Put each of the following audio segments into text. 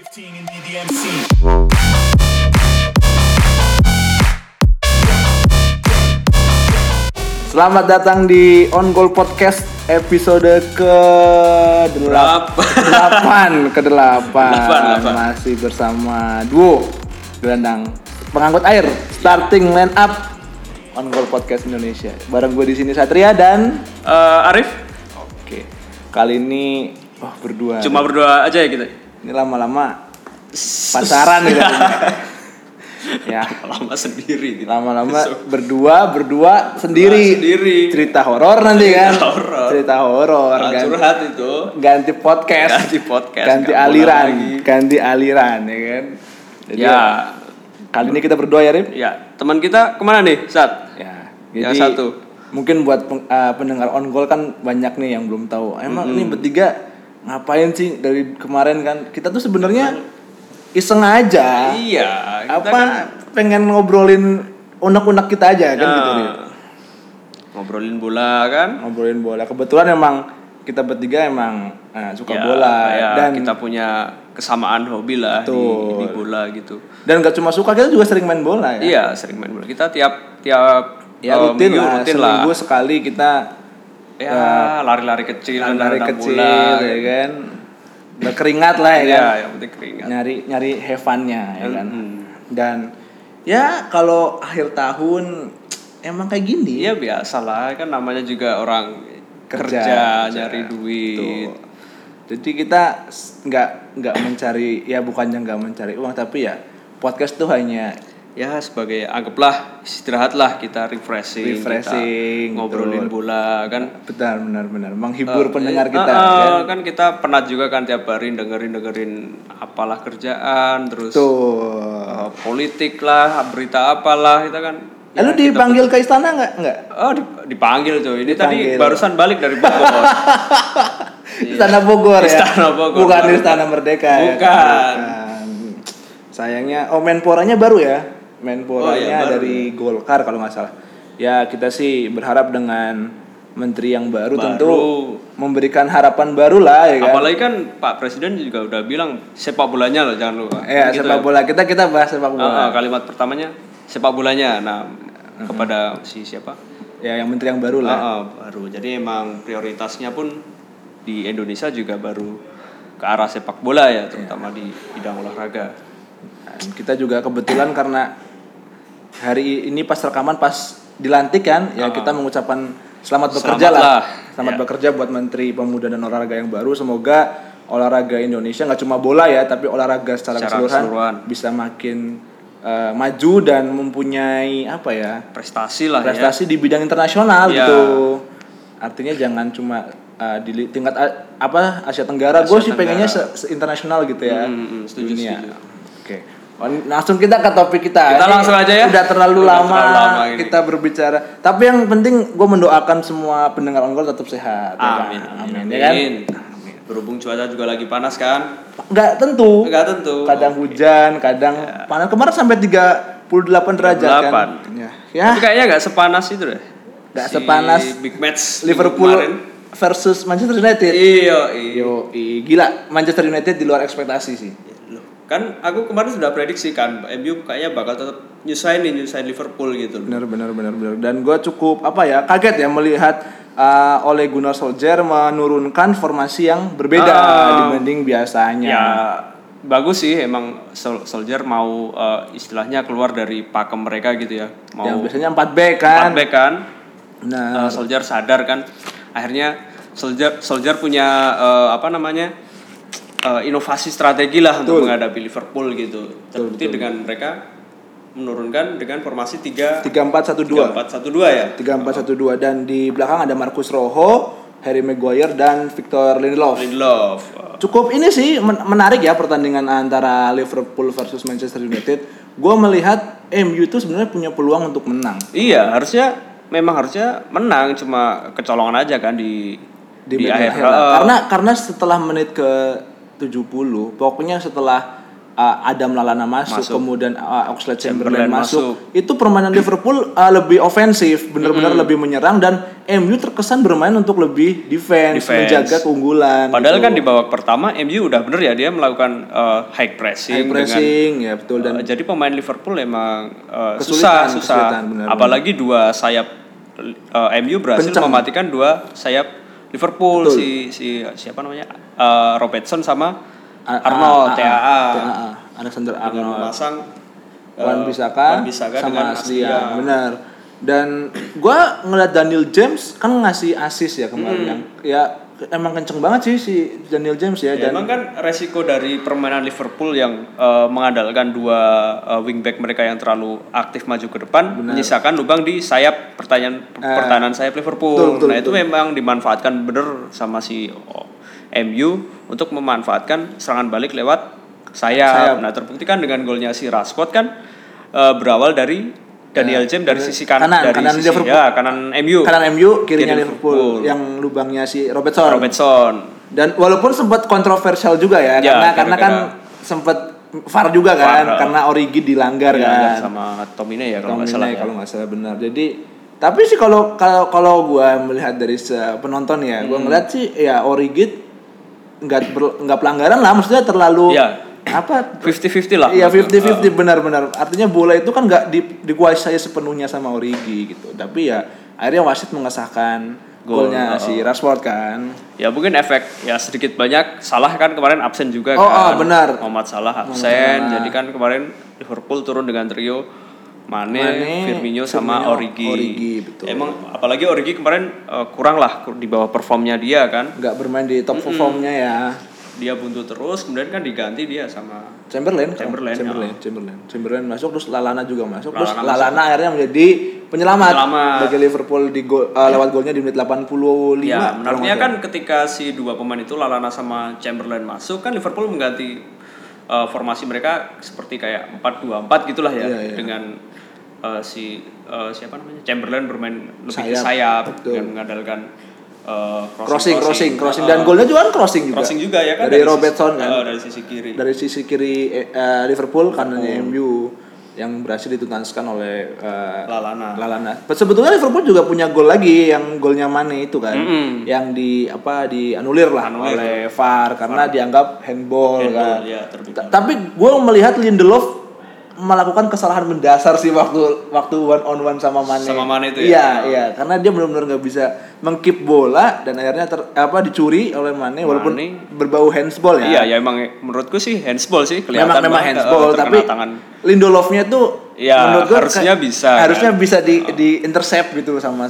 Selamat datang di On Goal Podcast episode ke-8. Masih bersama duo gelandang pengangkut air starting line up On Goal Podcast Indonesia. Bareng gue di sini Satria dan Arif. Oke. Kali ini berdua. Cuma berdua aja ya kita. Ini lama-lama pacaran gitu. Ya, lama sendiri. Lama-lama berdua sendiri. Cerita horor nanti kan. Cerita horor. Curhat itu. Ganti podcast. Ganti aliran ya kan. Jadi ya. Kali ini kita berdua ya, Rip. Ya, teman kita kemana nih, Sat? Ya. Jadi Yang satu. Mungkin buat pendengar On Goal kan banyak nih yang belum tahu. Emang ini bertiga ngapain sih dari kemarin kan? Kita tuh sebenarnya iseng aja. Iya. Pengen ngobrolin unek-unek kita aja kan gitu nih. Ngobrolin bola kan? Ngobrolin bola. Kebetulan emang kita bertiga emang suka bola dan kita punya kesamaan hobi lah di bola gitu. Dan gak cuma suka, kita juga sering main bola ya. Iya, sering main bola. Kita tiap rutin seminggu sekali kita lari-lari kecil bola, ya kan. Berkeringat lah ya kan. Iya, yang penting keringat. Nyari have fun-nya ya kan. Dan ya kalau akhir tahun emang kayak gini. Iya biasalah, kan namanya juga orang kerja nyari duit. Tuh. Jadi kita nggak mencari, ya bukannya nggak mencari uang, tapi ya podcast tuh hanya ya sebagai anggaplah istirahat lah, kita refreshing kita ngobrolin bola kan. Benar menghibur pendengar kita kan kita penat juga kan tiap hari dengerin apalah kerjaan terus politik lah, berita apalah kita kan. Lu dipanggil ke istana nggak? Dipanggil tuh. Ini tadi barusan balik dari Bogor. Istana Bogor ya. Istana Bogor. Bukan Istana Merdeka. Bukan. Sayangnya Menporanya baru ya. Menporanya dari Golkar kalau nggak salah. Ya kita sih berharap dengan menteri yang baru tentu memberikan harapan baru lah ya kan. Apalagi kan Pak Presiden juga udah bilang sepak bolanya loh, jangan lupa. Gitu sepak bola. Kita bahas sepak bola. Kalimat pertamanya sepak bolanya. Nah, kepada si siapa? Ya yang menteri yang baru lah. Baru. Jadi emang prioritasnya pun di Indonesia juga baru ke arah sepak bola ya, terutama di bidang olahraga. Dan kita juga kebetulan karena hari ini pas rekaman pas dilantik kan, ya kita mengucapkan selamat bekerja lah. Selamat bekerja buat Menteri Pemuda dan Olahraga yang baru. Semoga olahraga Indonesia nggak cuma bola ya, tapi olahraga secara keseluruhan bisa makin maju dan mempunyai prestasi di bidang internasional gitu. Artinya jangan cuma di tingkat Asia Tenggara. Gue sih pengennya se-internasional gitu ya. Setuju. Oke. Langsung kita ke topik kita. Kita langsung aja ya. Udah terlalu lama kita berbicara. Tapi yang penting gue mendoakan semua pendengar On Goal tetap sehat. Amin. Ya kan? Berhubung cuaca juga lagi panas kan? Enggak tentu. Kadang hujan, kadang panas. Kemarin sampai 38 derajat kan. Ya. Tapi kayaknya enggak sepanas itu deh. Enggak sepanas big match Liverpool versus Manchester United. Iya. Gila, Manchester United di luar ekspektasi sih. Kan aku kemarin sudah prediksi kan MU kayaknya bakal tetap nyusahin Liverpool gitu. Benar. Dan gue cukup kaget ya melihat Ole Gunnar Solskjaer menurunkan formasi yang berbeda dibanding biasanya. Ya bagus sih, emang Solskjaer mau istilahnya keluar dari pakem mereka gitu ya. Yang biasanya 4 back kan. Nah, Solskjaer sadar kan. Akhirnya Solskjaer punya inovasi strategi lah untuk menghadapi Liverpool gitu. Terbukti dengan mereka menurunkan dengan formasi 3-4-1-2 ya. 3-4-1-2 dan di belakang ada Marcus Rojo, Harry Maguire dan Victor Lindelof. Cukup ini sih menarik ya pertandingan antara Liverpool versus Manchester United. Gue melihat MU itu sebenarnya punya peluang untuk menang. Iya, harusnya menang, cuma kecolongan aja kan di akhir. Karena setelah menit ke 70, pokoknya setelah Adam Lallana masuk. Kemudian Oxlade-Chamberlain masuk. Itu permainan Liverpool lebih ofensif, benar-benar lebih menyerang, dan MU terkesan bermain untuk lebih defense. Menjaga keunggulan. Padahal gitu. Kan di babak pertama MU udah bener ya, dia melakukan high pressing ya betul, dan jadi pemain Liverpool emang susah. Apalagi dua sayap MU berhasil mematikan dua sayap Liverpool. Si siapa namanya, Robertson sama Arnold, Alexander Arnold dengan memasang Wan-Bissaka sama Aslia. Benar. Dan gue ngeliat Daniel James kan ngasih assist ya kemarin, ya emang kenceng banget sih si Daniel James ya. Dan emang kan resiko dari permainan Liverpool yang mengandalkan dua wingback mereka yang terlalu aktif maju ke depan, menyisakan lubang di sayap pertahanan sayap Liverpool. Betul, itu memang dimanfaatkan bener sama si MU untuk memanfaatkan serangan balik lewat sayap. Nah, terbuktikan dengan golnya si Rashford kan berawal dari Daniel James dari sisi kanan sisi Liverpool. Kanan MU, kirinya Liverpool yang lubangnya si Robertson. Dan walaupun sempat kontroversial juga ya, karena kan sempat VAR juga kan, karena Origi dilanggar kan sama Tomine ya kalau nggak salah benar. Jadi tapi sih kalau gue melihat dari penonton ya, gue melihat sih ya Origi nggak pelanggaran lah, maksudnya terlalu 50-50 lah. Iya 50-50 benar-benar. Artinya bola itu kan nggak dikuasai sepenuhnya sama Origi gitu. Tapi ya akhirnya wasit mengesahkan golnya si Rashford kan. Ya mungkin efek ya sedikit banyak salah kan, kemarin absen juga kan. Benar. Muhammad Salah absen. Jadi kan kemarin Liverpool turun dengan trio Mane, Firmino sama Origi. Betul. Emang apalagi Origi kemarin kurang lah di bawah performnya dia kan. Nggak bermain di top performnya ya. Dia buntu terus, kemudian kan diganti dia sama Chamberlain masuk, terus Lallana juga masuk. Lallana akhirnya menjadi penyelamat bagi Liverpool di lewat golnya di menit 85. Ya, menariknya kan ketika si dua pemain itu Lallana sama Chamberlain masuk kan Liverpool mengganti formasi mereka seperti kayak 4-2-4 gitulah ya. Dengan siapa namanya, Chamberlain bermain lebih ke sayap dengan mengandalkan crossing dan golnya juga kan crossing juga ya kan dari Robertson kan dari sisi kiri Liverpool kanannya MU yang berhasil dituntaskan oleh Lallana. Sebetulnya Liverpool juga punya gol lagi, yang golnya Mane itu kan, yang dianulir oleh VAR karena dianggap handball kan. Ya, tapi gue melihat Lindelof melakukan kesalahan mendasar sih waktu one on one sama Mane itu ya. Iya, karena dia benar-benar nggak bisa mengkeep bola dan akhirnya dicuri oleh Mane walaupun berbau handsball ya. Iya, ya emang menurutku sih handsball sih, kelihatan memang handsball, tapi Lindelofnya tuh menurut gue harusnya bisa di intercept gitu sama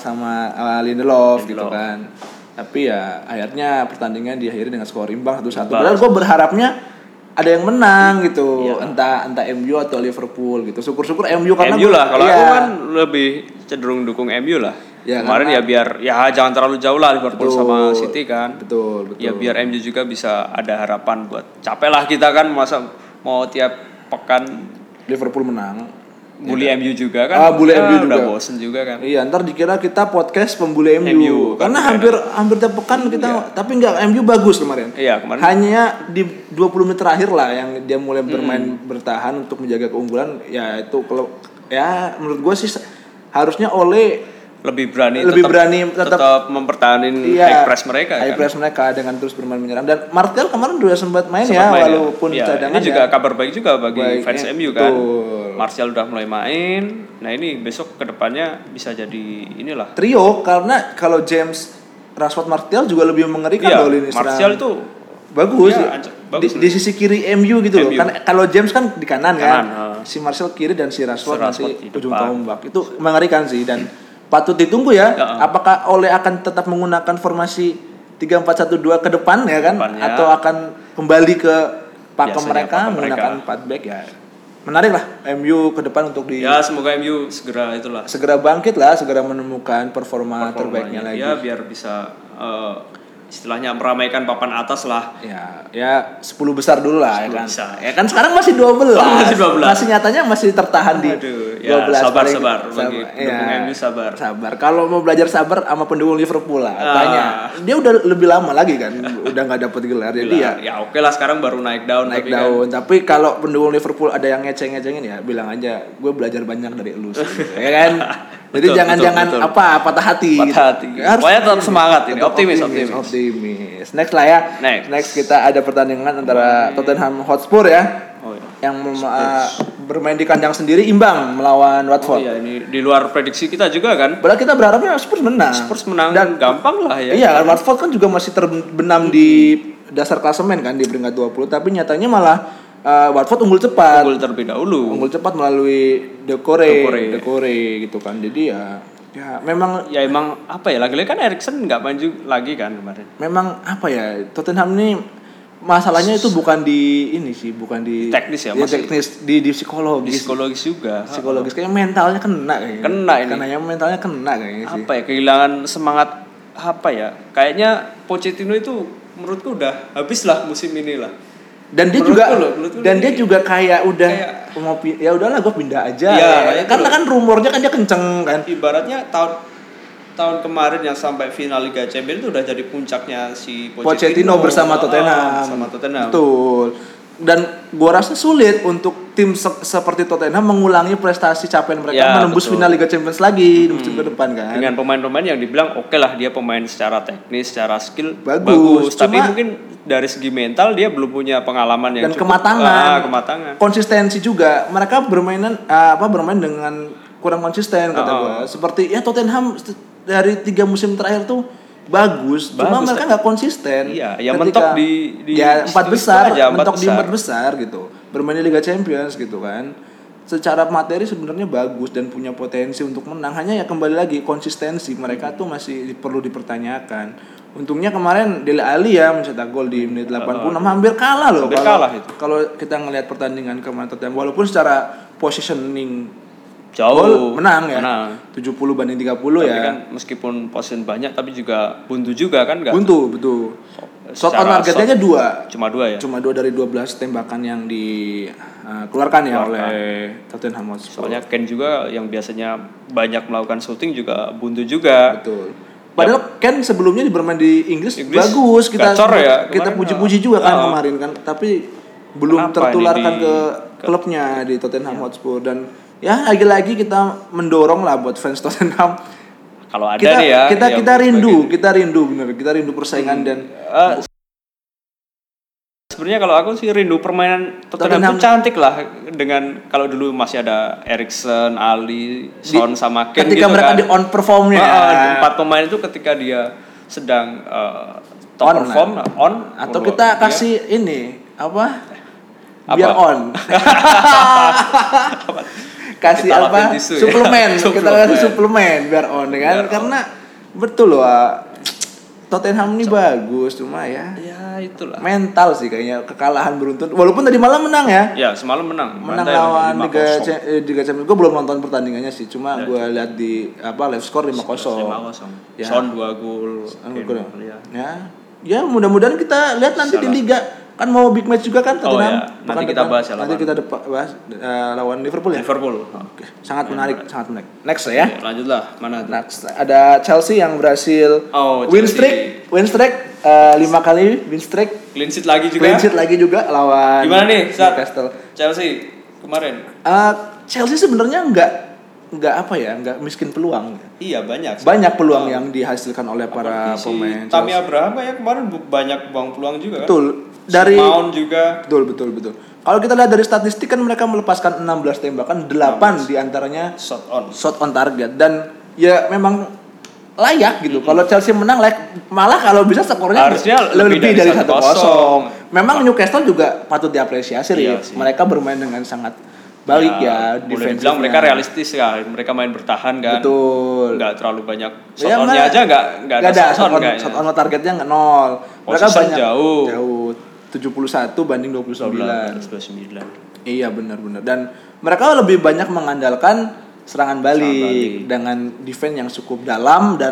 Lindelof gitu kan. Tapi ya akhirnya pertandingan diakhiri dengan skor imbang 1-1. Padahal gue berharapnya ada yang menang gitu, entah MU atau Liverpool gitu. Syukur-syukur MU karena MU lah. Kalau aku kan lebih cenderung dukung MU lah. Ya, kemarin ya biar jangan terlalu jauh lah Liverpool sama City kan. Betul. Ya biar MU juga bisa ada harapan buat capek lah kita kan, masa mau tiap pekan Liverpool menang. Bully MU juga kan. Bully MU juga. Udah bosen juga kan. Iya, ntar dikira kita podcast pembuli MU. Karena hampir tiap pekan kita, tapi enggak, MU bagus kemarin. Iya, kemarin. Hanya di 20 menit terakhir lah yang dia mulai bermain bertahan untuk menjaga keunggulan. Ya itu kalau menurut gue sih harusnya lebih berani tetap mempertahankan high press mereka dengan terus bermain menyerang. Dan Martial kemarin udah sempat main walaupun cadangan. Ini juga kabar baik juga bagi fans MU kan. Martial udah mulai main. Nah ini besok kedepannya bisa jadi inilah trio, karena kalau James, Rashford, Martial juga lebih mengerikan ini. Martial itu bagus di sisi kiri MU gitu loh. Kan kalau James kan di kanan kan. Si Martial kiri dan si Rashford masih ujung tombak. Itu mengerikan sih, dan patut ditunggu ya. Apakah Ole akan tetap menggunakan formasi 3-4-1-2 ke depan ya kan, atau akan kembali ke pakem mereka menggunakan 4 back ya. Menarik lah MU ke depan untuk semoga MU segera bangkit lah, segera menemukan performa terbaiknya lagi. Ya biar bisa istilahnya meramaikan papan atas lah. Ya 10 besar dulu lah 10 ya kan. besar. Ya kan sekarang masih 12. Masih 12. Masih nyatanya masih tertahan di 12. Sabar bagi pendukung MU sabar. Sabar. Kalau mau belajar sabar sama pendukung Liverpool lah, tanya. Dia udah lebih lama lagi kan, udah enggak dapat gelar. Jadi ya oke lah sekarang baru naik daun. Tapi kalau pendukung Liverpool ada yang ngeceng-ngecengin ya bilang aja gue belajar banyak dari lu sih. Ya kan? Jadi jangan patah hati. Pokoknya tetap semangat ini, optimis. Next lah ya. Next kita ada pertandingan antara Tottenham Hotspur ya. Yang bermain di kandang sendiri imbang melawan Watford. Ini di luar prediksi kita juga kan. Padahal kita berharapnya Spurs menang. Dan gampang lah ya. Iya, Watford kan juga masih terbenam di dasar klasemen kan di peringkat 20, tapi nyatanya malah Watford unggul cepat. Unggul terlebih dahulu. Unggul cepat melalui Decore gitu kan. Jadi memang apa ya, lagi-lagi kan Eriksen nggak maju lagi kan kemarin. Memang apa ya, Tottenham ini masalahnya itu bukan di teknis ya, teknis di psikologis. Psikologis juga. Psikologis kayak mentalnya kena kayaknya. Mentalnya kena kayaknya sih. Apa ya, kehilangan semangat apa ya? Kayaknya Pochettino itu menurutku udah habis lah musim ini lah. Dan dia juga kayak udah mau ya udahlah gue pindah aja. Karena kan rumornya kan dia kenceng kan. Ibaratnya tahun kemarin yang sampai final Liga Champions itu udah jadi puncaknya si Pochettino bersama Tottenham. Betul. Dan gua rasa sulit untuk tim seperti Tottenham mengulangi prestasi capaian mereka menembus final Liga Champions lagi di musim ke depan kan. Dengan pemain-pemain yang dibilang oke lah dia pemain secara teknis, secara skill bagus. Tapi mungkin dari segi mental dia belum punya pengalaman yang dan cukup, kematangan. Konsistensi juga. Mereka bermain dengan kurang konsisten kata gua. Seperti Tottenham dari 3 musim terakhir tuh bagus, cuma mereka nggak konsisten. Iya, mentok di 4 besar, mentok di 4 besar gitu. Bermain di Liga Champions gitu kan. Secara materi sebenarnya bagus dan punya potensi untuk menang. Hanya kembali lagi konsistensi mereka tuh masih perlu dipertanyakan. Untungnya kemarin Dele Alli mencetak gol di menit 86, hampir kalah loh. Kalau kita ngelihat pertandingan kemarin Tottenham, walaupun secara positioning jauh menang 70 banding 30 tapi kan meskipun possession banyak tapi juga buntu juga kan enggak? Buntu, betul. Shot on targetnya aja 2. Cuma 2 ya? Cuma 2 dari 12 tembakan yang dikeluarkan oleh Tottenham Hotspur. Soalnya Ken juga yang biasanya banyak melakukan shooting juga buntu juga. Betul. Padahal Ken sebelumnya bermain di Inggris bagus, kita puji-puji juga kan kemarin kan, tapi belum tertularkan ke klubnya di Tottenham Hotspur. Dan lagi-lagi kita mendorong lah buat fans Tottenham. Kalau ada kita rindu persaingan dan sebenarnya kalau aku sih rindu permainan Tottenham itu cantik lah, dengan kalau dulu masih ada Eriksen, Ali, Son sama Kane ketika gitu mereka kan. di on performnya. 4 pemain itu ketika dia sedang top perform atau kita kasih biar on. Kasih suplemen. Kita kasih suplemen biar on kan, karena betul loh Tottenham ini bagus, cuma ya itulah mental sih kayaknya, kekalahan beruntun walaupun tadi malam menang ya semalam menang lawan Liga Champions. Gue belum nonton pertandingannya sih, cuma gue lihat di live score 5-0 Son 2 gol ya mudah-mudahan kita lihat nanti di Liga. Kan mau big match juga kan Tottenham. Nanti kita bahas Nanti kita bahas lawan Liverpool ya. Oke. Sangat menarik. Next ya. Lanjutlah. Mana tuh? Next ada Chelsea yang berhasil win streak 5 kali win streak. Clean sheet lagi juga lawan gimana nih Newcastle. Chelsea kemarin. Chelsea sebenarnya enggak miskin peluang. Iya, banyak peluang yang dihasilkan oleh para pemain. Tammy Abraham kemarin banyak buang peluang juga. Betul. Dari Mount juga. Betul. Kalau kita lihat dari statistik kan mereka melepaskan 16 tembakan, 8 diantaranya shot on target, dan memang layak gitu. Kalau Chelsea menang malah kalau bisa skornya harusnya lebih dari 1-0. Memang Newcastle juga patut diapresiasi mereka bermain dengan sangat baik boleh dibilang mereka realistis ya, mereka main bertahan kan. Betul. Nggak terlalu banyak shot onnya aja nggak ada shot on targetnya nggak 0. Mereka banyak jauh 71 banding 29. 29. Iya benar. Dan mereka lebih banyak mengandalkan serangan balik dengan defense yang cukup dalam dan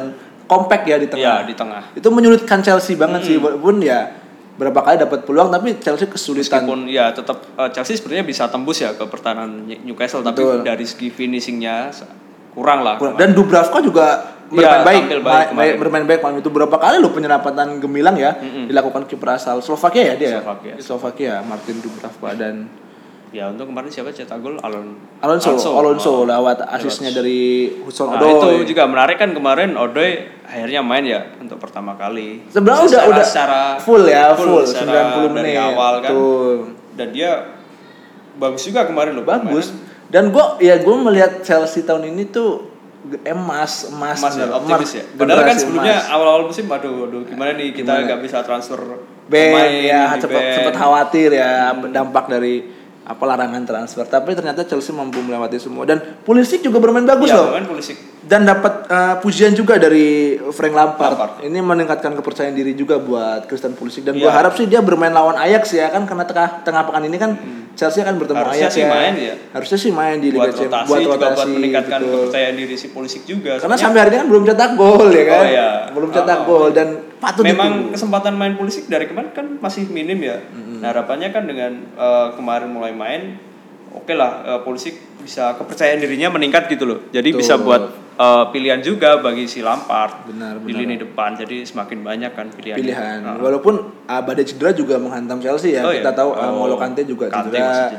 compact ya di tengah. Iya, di tengah. Itu menyulitkan Chelsea banget sih, walaupun ya berapa kali dapat peluang tapi Chelsea kesulitan. Meskipun ya tetap Chelsea sebenarnya bisa tembus ya ke pertahanan Newcastle. Betul. Tapi dari segi finishingnya kurang lah. Dan Dubravka juga bermain baik malam itu. Berapa kali lo penyerapatan gemilang ya dilakukan kiper asal Slovakia ya dia. Slovakia Martin Dubravka. Dan ya untuk kemarin siapa cetak gol Alonso lewat asisnya dari Hudson Odoi. Itu juga menarik kan kemarin Odoi akhirnya main ya untuk pertama kali. Sebenarnya udah full 90 menit dari awal kan. Dan dia bagus juga kemarin loh. Bagus. Dan gue melihat Chelsea tahun ini tuh emas optimis ya. Padahal kan sebelumnya awal-awal musim aduh gimana nih kita nggak bisa transfer pemain ya, sempat khawatir ya dampak dari larangan transfer, tapi ternyata Chelsea mampu melewati semua. Dan Pulisic juga bermain bagus loh. Dan dapat pujian juga dari Frank Lampard. Ini meningkatkan kepercayaan diri juga buat Christian Pulisic. Dan gue harap sih dia bermain lawan Ajax ya kan, karena tengah pekan ini kan Chelsea akan bertemu Ajax ya. Harusnya sih main di Liga Champions buat rotasi, meningkatkan kepercayaan diri si Pulisic juga. Karena sampai hari ini kan belum cetak gol ya kan. Belum cetak gol dan patut memang kesempatan main Pulisic dari kemarin kan masih minim ya. Nah, harapannya kan dengan kemarin mulai main oke lah, Pulisic bisa kepercayaan dirinya meningkat gitu loh. Jadi bisa buat pilihan juga bagi si Lampard di lini depan. Jadi semakin banyak kan pilihan. Walaupun badai cedera juga menghantam Chelsea ya. Kita tahu N'Golo Kante juga cedera.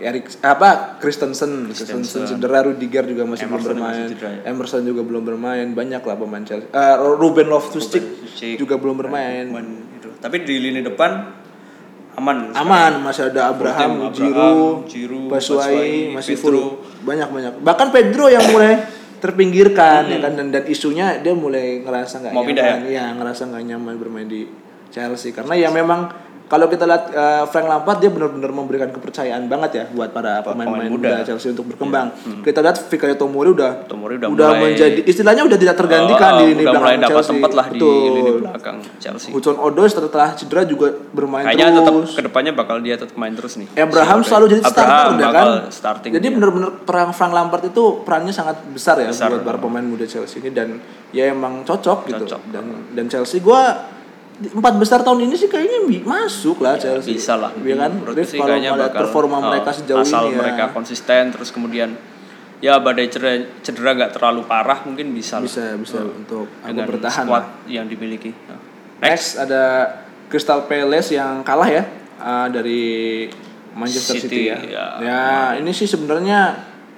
Christensen cedera, Rudiger juga masih belum bermain. Emerson juga belum bermain. Banyak lah pemain Chelsea. Ruben Loftus-Cheek juga belum bermain. Tapi di lini depan aman, masih ada Abraham, Giroud, Batshuayi, masih full. Banyak. Bahkan Pedro yang mulai terpinggirkan ya kan, dan isunya dia mulai ngerasa nggak nyaman. Ngerasa nggak nyaman bermain di Chelsea karena ya memang kalau kita lihat Frank Lampard dia benar-benar memberikan kepercayaan banget ya buat para pemain-pemain muda Chelsea untuk berkembang. Kita lihat Fikayo Tomori udah menjadi istilahnya udah tidak tergantikan di lini belakang Chelsea. Dapat tempat lah di lini belakang Chelsea. Hudson Odoi setelah cedera juga bermain kayaknya terus. Kayaknya tetap kedepannya bakal main terus nih. Abraham selalu jadi starter udah kan. Jadi ya. benar-benar Frank Lampard itu perannya sangat besar ya buat para pemain muda Chelsea ini, dan ya emang cocok gitu. Dan Chelsea empat besar tahun ini sih kayaknya masuk lah Chelsea. Bisa lah. Ya kan? Kalau melihat performa mereka sejauh asal ini mereka konsisten terus kemudian ya badai cedera nggak terlalu parah mungkin bisa untuk dengan bertahan squad yang dimiliki. Next ada Crystal Palace yang kalah ya dari Manchester City ya. Ya ini sih sebenarnya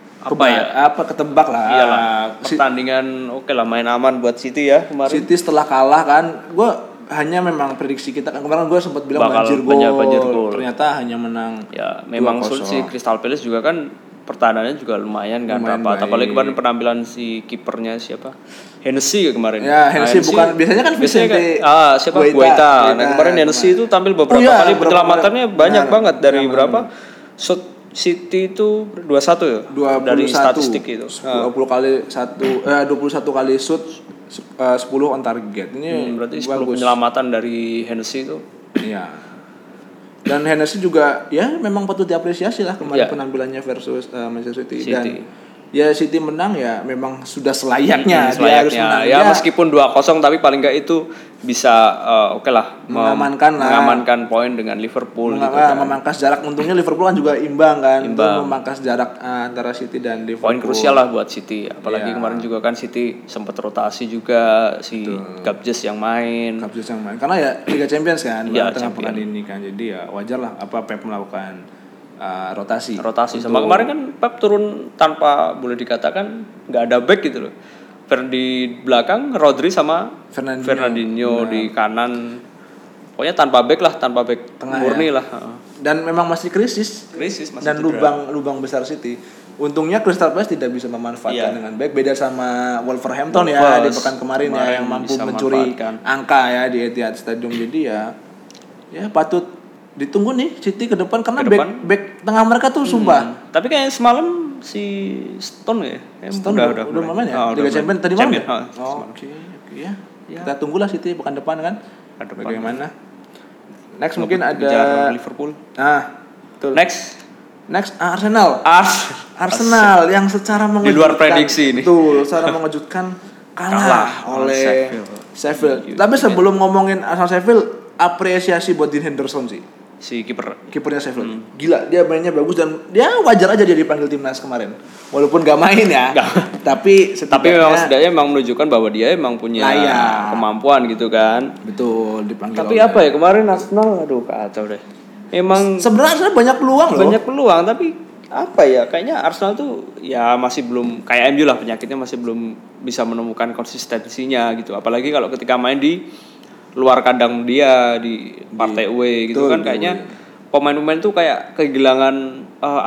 ketebak lah. Iyalah, pertandingan oke lah, main aman buat City ya kemarin. City setelah kalah kan, hanya memang prediksi kita kan kemarin gue sempat bilang banjir gol. Ternyata hanya menang. Ya, memang sulit sih. Crystal Palace juga kan pertahanannya juga lumayan kan rapat. Apalagi kemarin penampilan si kipernya siapa? Hennessy kemarin. Ya, Hennessy bukan biasanya kan Vicente. Guaita. Nah, kemarin Hennessy itu tampil beberapa kali, penyelamatannya banyak banget dari berapa? Shot City itu 21 ya? Dari statistik itu. 21 kali shoot, 10 on target. Ini berarti 10 penyelamatan dari Hennessy itu. Iya. Dan Hennessy juga ya memang patut diapresiasi lah kemarin penampilannya versus Manchester City. Dan ya City menang ya memang sudah selayaknya. Dia harus menang. Ya meskipun 2-0 tapi paling enggak itu bisa mengamankan poin dengan Liverpool gitu kan. Memangkas jarak, untungnya Liverpool kan juga imbang kan. Itu memangkas jarak antara City dan Liverpool. Poin krusial lah buat City, apalagi kemarin juga kan City sempat rotasi juga si Gabjes yang main. Karena ya Liga Champions kan tengah pekan ini kan. Jadi ya wajar lah Pep melakukan rotasi sama kemarin kan Pep turun tanpa boleh dikatakan nggak ada back gitu loh. Di belakang Rodri sama Fernandinho di kanan, pokoknya tanpa back tengah murni lah. Dan memang masih krisis dan lubang besar City. Untungnya Crystal Palace tidak bisa memanfaatkan dengan back, beda sama Wolverhampton ya di pekan kemarin ya yang mampu mencuri angka ya di Etihad Stadium. Jadi ya patut ditunggu nih City ke depan karena back tengah mereka tuh sumpah. Tapi kayak semalam si Stone udah main ya Liga Champions tadi malam. Oke ya. Kita tunggulah City pekan depan kan. Bagaimana? Next mungkin ada Liverpool. Betul. Next Arsenal yang secara mengejutkan. Di luar prediksi ini. Betul, secara mengejutkan kalah oleh Sheffield. Tapi sebelum ngomongin Arsenal Sheffield, apresiasi buat Dean Henderson sih. Si kipernya Sheffield. Gila, dia mainnya bagus dan dia wajar aja dia dipanggil timnas kemarin. Walaupun gak main ya. tapi setidaknya memang menunjukkan bahwa dia emang punya kemampuan gitu kan. Betul, dipanggil. Tapi apa ya kemarin Arsenal aduh kacau deh. Emang sebenarnya banyak peluang loh. Banyak peluang tapi apa ya kayaknya Arsenal tuh ya masih belum kayak MU lah, penyakitnya masih belum bisa menemukan konsistensinya gitu. Apalagi kalau ketika main di luar kandang dia di partai away gitu kan kayaknya pemain-pemain tuh kayak kehilangan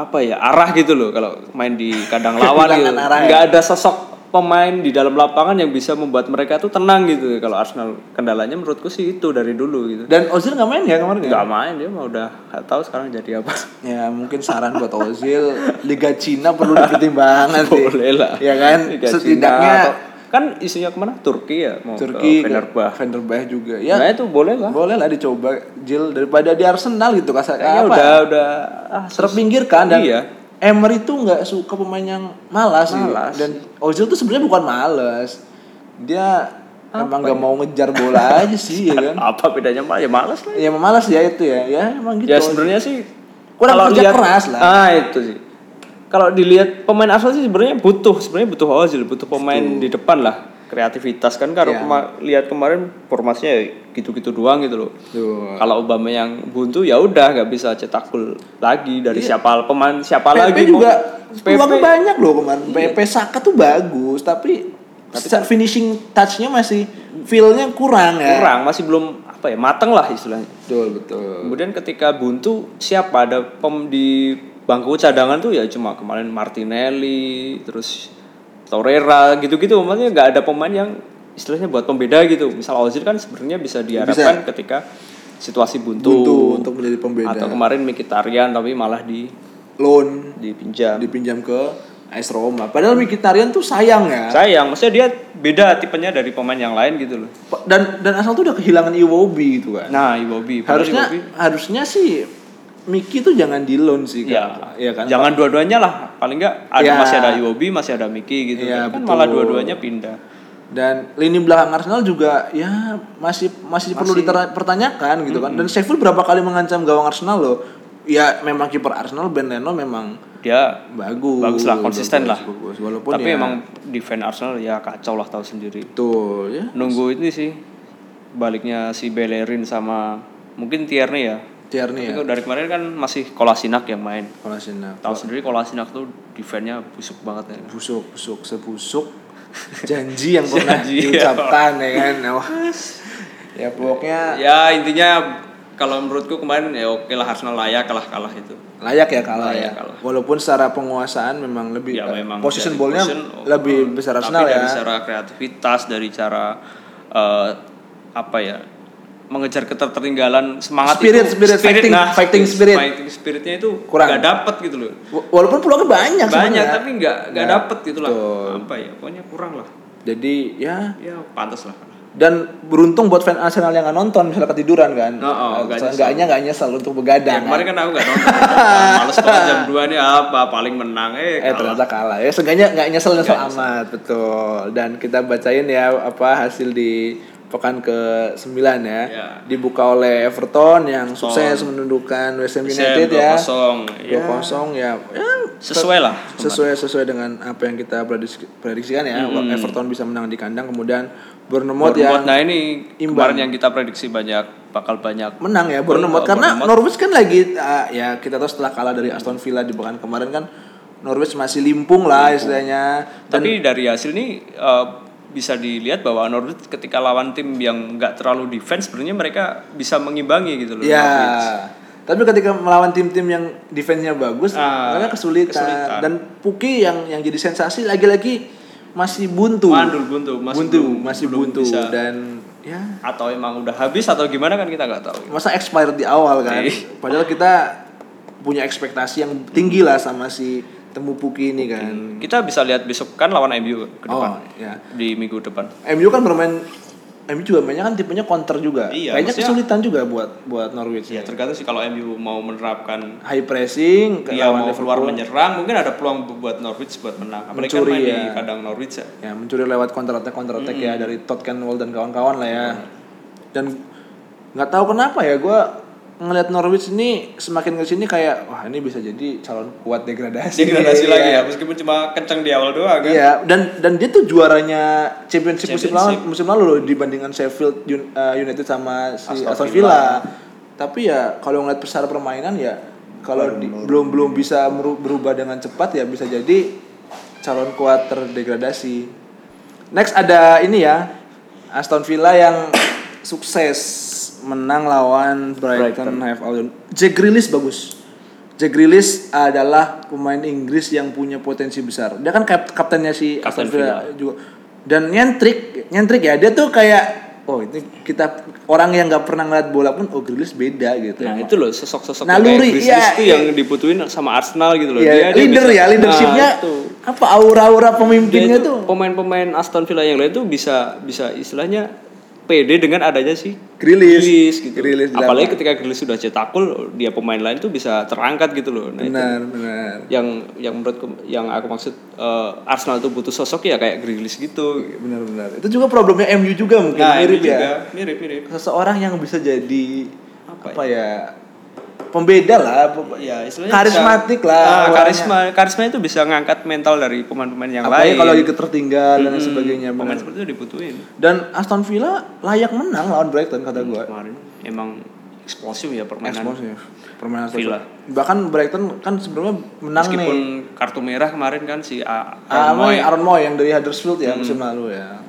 arah gitu loh kalau main di kandang lawan gitu. Nggak ada sosok pemain di dalam lapangan yang bisa membuat mereka tuh tenang gitu. Kalau Arsenal kendalanya menurutku sih itu dari dulu gitu. Dan Ozil nggak main ya kemarin? Nggak main, dia mah udah nggak tahu sekarang jadi apa. Ya mungkin saran buat Ozil, Liga Cina perlu dipertimbangkan sih. Boleh lah. Ya kan, Liga setidaknya Cina, kan isunya kemana? Turki ya, mau Turki, ke Fenerbahce juga. Ya, nah itu boleh lah dicoba Jil daripada di Arsenal gitu kasarnya. Udah terpinggirkan dan Emery tuh nggak suka pemain yang malas. Dan Ozil tuh sebenarnya bukan malas, dia emang nggak mau ngejar bola aja sih ya kan. Apa bedanya malas lah. Ya malas ya itu ya emang gitu. Ya sebenarnya sih kurang kerja keras lah. Itu sih. Kalau dilihat pemain Arsenal sih sebenarnya butuh Ozil, butuh pemain di depan lah, kreativitas kan lihat kemarin formasinya gitu-gitu doang gitu loh. Kalau Aubameyang buntu ya udah nggak bisa cetak gol lagi dari siapa lagi juga peluang banyak loh kemarin. PP Saka tuh bagus tapi finishing touch-nya masih feel-nya kurang, masih belum mateng lah istilahnya. Betul. Kemudian ketika buntu siapa ada di bangku cadangan tuh ya cuma kemarin Martinelli, terus Torreira gitu-gitu, maksudnya nggak ada pemain yang istilahnya buat pembeda gitu. Misal Ozil kan sebenarnya bisa diharapkan ketika situasi buntu untuk menjadi pembeda. Atau kemarin Mkhitaryan tapi malah di loan, dipinjam ke AS Roma. Padahal Mkhitaryan tuh sayang, maksudnya dia beda tipenya dari pemain yang lain gitu loh. Dan asal tuh udah kehilangan Iwobi gitu kan. Nah, Iwobi harusnya sih Miki tuh jangan di loan sih kan. Ya kan. Jangan dua-duanya lah. Paling enggak masih ada Iwobi, masih ada Miki gitu. Kan malah dua-duanya pindah. Dan lini belakang Arsenal juga ya masih perlu dipertanyakan gitu kan. Dan Sheffield berapa kali mengancam gawang Arsenal loh. Ya memang kiper Arsenal Ben Leno memang dia bagus lah, konsisten lah. Walaupun tapi emang defense Arsenal ya kacau lah, tahu sendiri. Betul ya. Nunggu ini sih baliknya si Bellerin sama mungkin Tierney ya. Tapi dari kemarin kan masih Kolasinac yang main. Tahu sendiri Kolasinac tuh defense-nya busuk banget ya. Busuk sebusuk janji yang pernah diucapkan ya kan. Ya pokoknya ya intinya kalau menurutku kemarin ya oke lah, Arsenal layak kalah itu. Layak kalah. Walaupun secara penguasaan memang lebih position ball-nya lebih besar Arsenal ya. Tapi dari secara kreativitas, dari cara mengejar ketertinggalan, semangat fighting spiritnya itu nggak dapet gitu loh. Walaupun peluangnya banyak tapi nggak dapet gitu lah. Pokoknya kurang lah. Jadi ya pantas lah. Dan beruntung buat fan Arsenal yang nggak nonton misalnya ketiduran kan. Nggak nyesel untuk begadang. Kemarin kan aku nggak nonton. Males banget jam 2 nih paling menang ternyata kalah. Ya seenggaknya nggak nyesel amat, betul. Dan kita bacain ya hasil di pekan ke-9 ya. Dibuka oleh Everton yang sukses menundukkan West Ham United 2-0 ya. Sesuai lah. Sesuai dengan apa yang kita prediksikan ya. Everton bisa menang di kandang, kemudian Bournemouth nah ini kemarin yang kita prediksi bakal banyak menang ya Bournemouth karena Norwich kan lagi ya kita tahu setelah kalah dari Aston Villa di pekan kemarin kan Norwich masih limpung lah istilahnya. Tapi dari hasil ini bisa dilihat bahwa Norwich ketika lawan tim yang nggak terlalu defense sebenarnya mereka bisa mengimbangi gitu loh. Ya. Tapi ketika melawan tim-tim yang defense-nya bagus, mereka kesulitan. Dan Puki yang jadi sensasi lagi-lagi masih buntu. Masih buntu dan ya. Atau emang udah habis atau gimana kan kita nggak tahu. Masa expired di awal kan. Padahal kita punya ekspektasi yang tinggi lah sama si Temu Puki ini kan. Kita bisa lihat besok kan lawan MU ke depan. Di minggu depan. MU kan bermain MU juga mainnya kan tipenya counter juga. Iya, kayaknya kesulitan juga buat Norwich. Ya tergantung sih kalau MU mau menerapkan high pressing, dia mau keluar menyerang, mungkin ada peluang buat Norwich buat menang. Apalagi kan main di kandang Norwich ya. Ya, mencuri lewat counter attack ya dari Todd Cantwell dan kawan-kawan lah ya. Dan nggak tahu kenapa ya gue ngelihat Norwich ini semakin kesini kayak wah ini bisa jadi calon kuat degradasi lagi ya meskipun cuma kenceng di awal doang kan. Iya, dan dia tuh juaranya Championship musim lalu loh dibandingkan Sheffield United sama si Aston Villa. Tapi ya kalau ngeliat secara permainan ya kalau belum bisa berubah dengan cepat ya bisa jadi calon kuat terdegradasi. Next ada ini ya Aston Villa yang sukses menang lawan Brighton Hove Albion. Jack Grealish bagus. Jack Grealish adalah pemain Inggris yang punya potensi besar. Dia kan kaptennya si Aston Villa juga. Dan nyentrik ya. Dia tuh kayak ini kita orang yang nggak pernah ngeliat bola pun Grealish beda gitu. Nah itu loh sosok-sosok naluri kayak Grealish itu yang dibutuhin sama Arsenal gitu loh. Dia leadershipnya apa aura pemimpinnya tuh. Pemain-pemain Aston Villa yang lain tuh bisa istilahnya pede dengan adanya si Grealish gitu. Apalagi ketika Grealish sudah cetak gol, dia pemain lain tuh bisa terangkat gitu loh. Nah, benar. Yang menurutku yang aku maksud Arsenal tuh butuh sosok ya kayak Grealish gitu. Benar. Itu juga problemnya MU juga mungkin mirip. Seseorang yang bisa jadi apa ya? Pembeda lah, ya, karismatik lah. Karisma itu bisa ngangkat mental dari pemain-pemain yang lain. Apalagi kalau lagi ketertinggal dan sebagainya. Pemain seperti itu dibutuhin. Dan Aston Villa layak menang lawan Brighton kata gue. Kemarin emang eksplosif ya permainan Villa. Bahkan Brighton kan sebelumnya menang meskipun kartu merah kemarin kan si Aaron Moy yang dari Huddersfield ya musim lalu ya.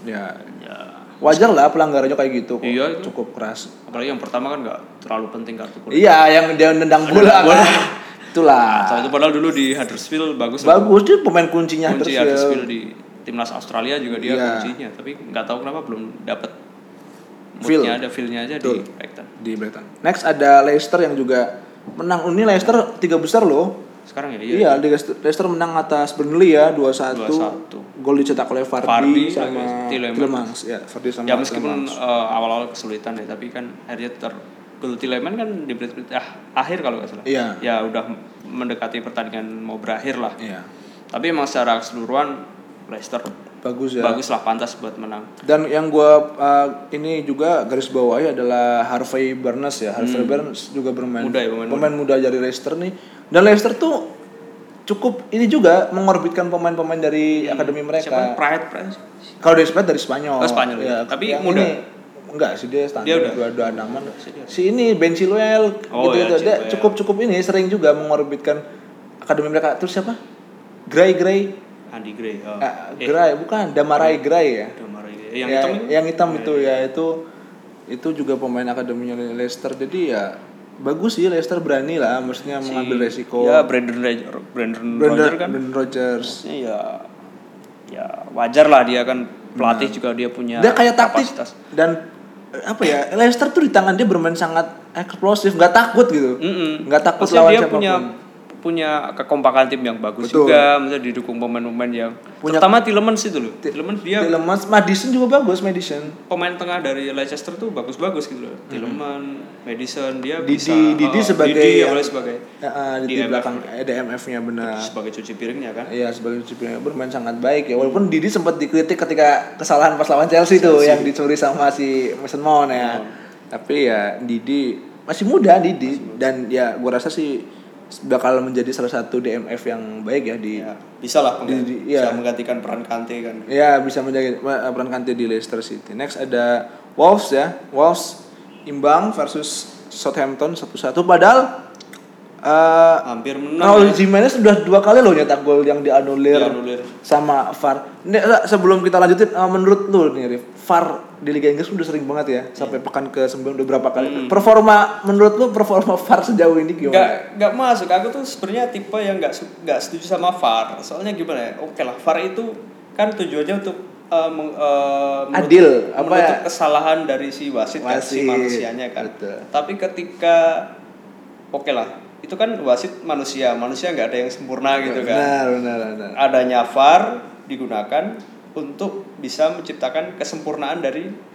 Wajar lah pelanggarannya kayak gitu kok. Iya, cukup keras. Apalagi yang pertama kan nggak terlalu penting kartu kuning. Iya, yang dia nendang bola. Itulah. Soalnya itu padahal dulu di Huddersfield bagus dia pemain kuncinya Huddersfield di timnas Australia juga dia kuncinya, tapi nggak tahu kenapa belum dapat feel-nya aja di Brighton. Next ada Leicester yang juga menang. Ini Leicester 3 besar loh. Sekarang ya. Iya, Leicester menang atas Burnley ya 2-1. Gol dicetak oleh Vardy sama Tielemans. Ya, Vardy sama meskipun awal-awal kesulitan ya, tapi kan akhirnya gol Tielemans kan di akhir kalau nggak salah. Iya. Ya udah mendekati pertandingan mau berakhir lah. Iya. Tapi emang secara keseluruhan Leicester bagus lah, pantas buat menang. Dan yang gue ini juga garis bawahi adalah Harvey Barnes ya. Harvey Barnes juga bermain pemain muda dari Leicester nih. Dan Leicester tuh cukup ini juga mengorbitkan pemain-pemain dari akademi mereka. Siapa? Pride. Kalau dari Spanyol. Spanyol ya. Tapi muda. Enggak sih, dia standar 2-2 Si ini Ben Chilwell gitu. Dia cukup ini sering juga mengorbitkan akademi mereka. Terus siapa? Gray. Andy Gray. Gray bukan, Demarai Gray ya. Yang hitam itu ya, itu juga pemain akademinya Leicester. Jadi ya bagus sih, Leicester berani lah, maksudnya mengambil resiko. Ya Brendan Rodgers. Ya wajar lah, dia kan pelatih juga, dia punya dia kayak taktis dan apa ya, Leicester tuh di tangan dia bermain sangat eksplosif, nggak takut gitu, nggak takut lawan siapapun. Punya kekompakan tim yang bagus. Betul. Juga, misalnya didukung pemain-pemain yang terutama Tielemans itu loh. Tielemans, Maddison juga bagus, Maddison. Pemain tengah dari Leicester tuh bagus-bagus gitu loh. Tielemans, Maddison, dia Didi sebagai di belakang DMF-nya benar. Sebagai cuci piringnya kan? Iya, sebagai cuci piringnya bermain sangat baik ya. Walaupun Didi sempat dikritik ketika kesalahan pas lawan Chelsea tuh yang dicuri sama si Mason Mount ya. Tapi ya Didi masih muda dan ya gua rasa sih bakal menjadi salah satu DMF yang baik ya bisa lah bisa menggantikan peran Kante kan. Iya, bisa menjaga peran Kante di Leicester City. Next ada Wolves ya. Wolves imbang versus Southampton 1-1 padahal hampir menang. Raul Jimenez sudah 2 kali loh nyetak gol yang dianulir sama VAR. Sebelum kita lanjutin, menurut lu nih Rif, VAR di Liga Inggris udah sering banget ya, sampai pekan ke-9 udah berapa kali. Menurut lu performa VAR sejauh ini gimana? Enggak masuk. Aku tuh sebenarnya tipe yang enggak setuju sama VAR. Soalnya gimana ya? Oke lah, VAR itu kan tujuannya untuk adil, menutup kesalahan dari si wasit kan, si manusianya kan. Betul. Tapi ketika oke lah, itu kan wasit manusia nggak ada yang sempurna gitu kan. Benar. Adanya VAR digunakan untuk bisa menciptakan kesempurnaan dari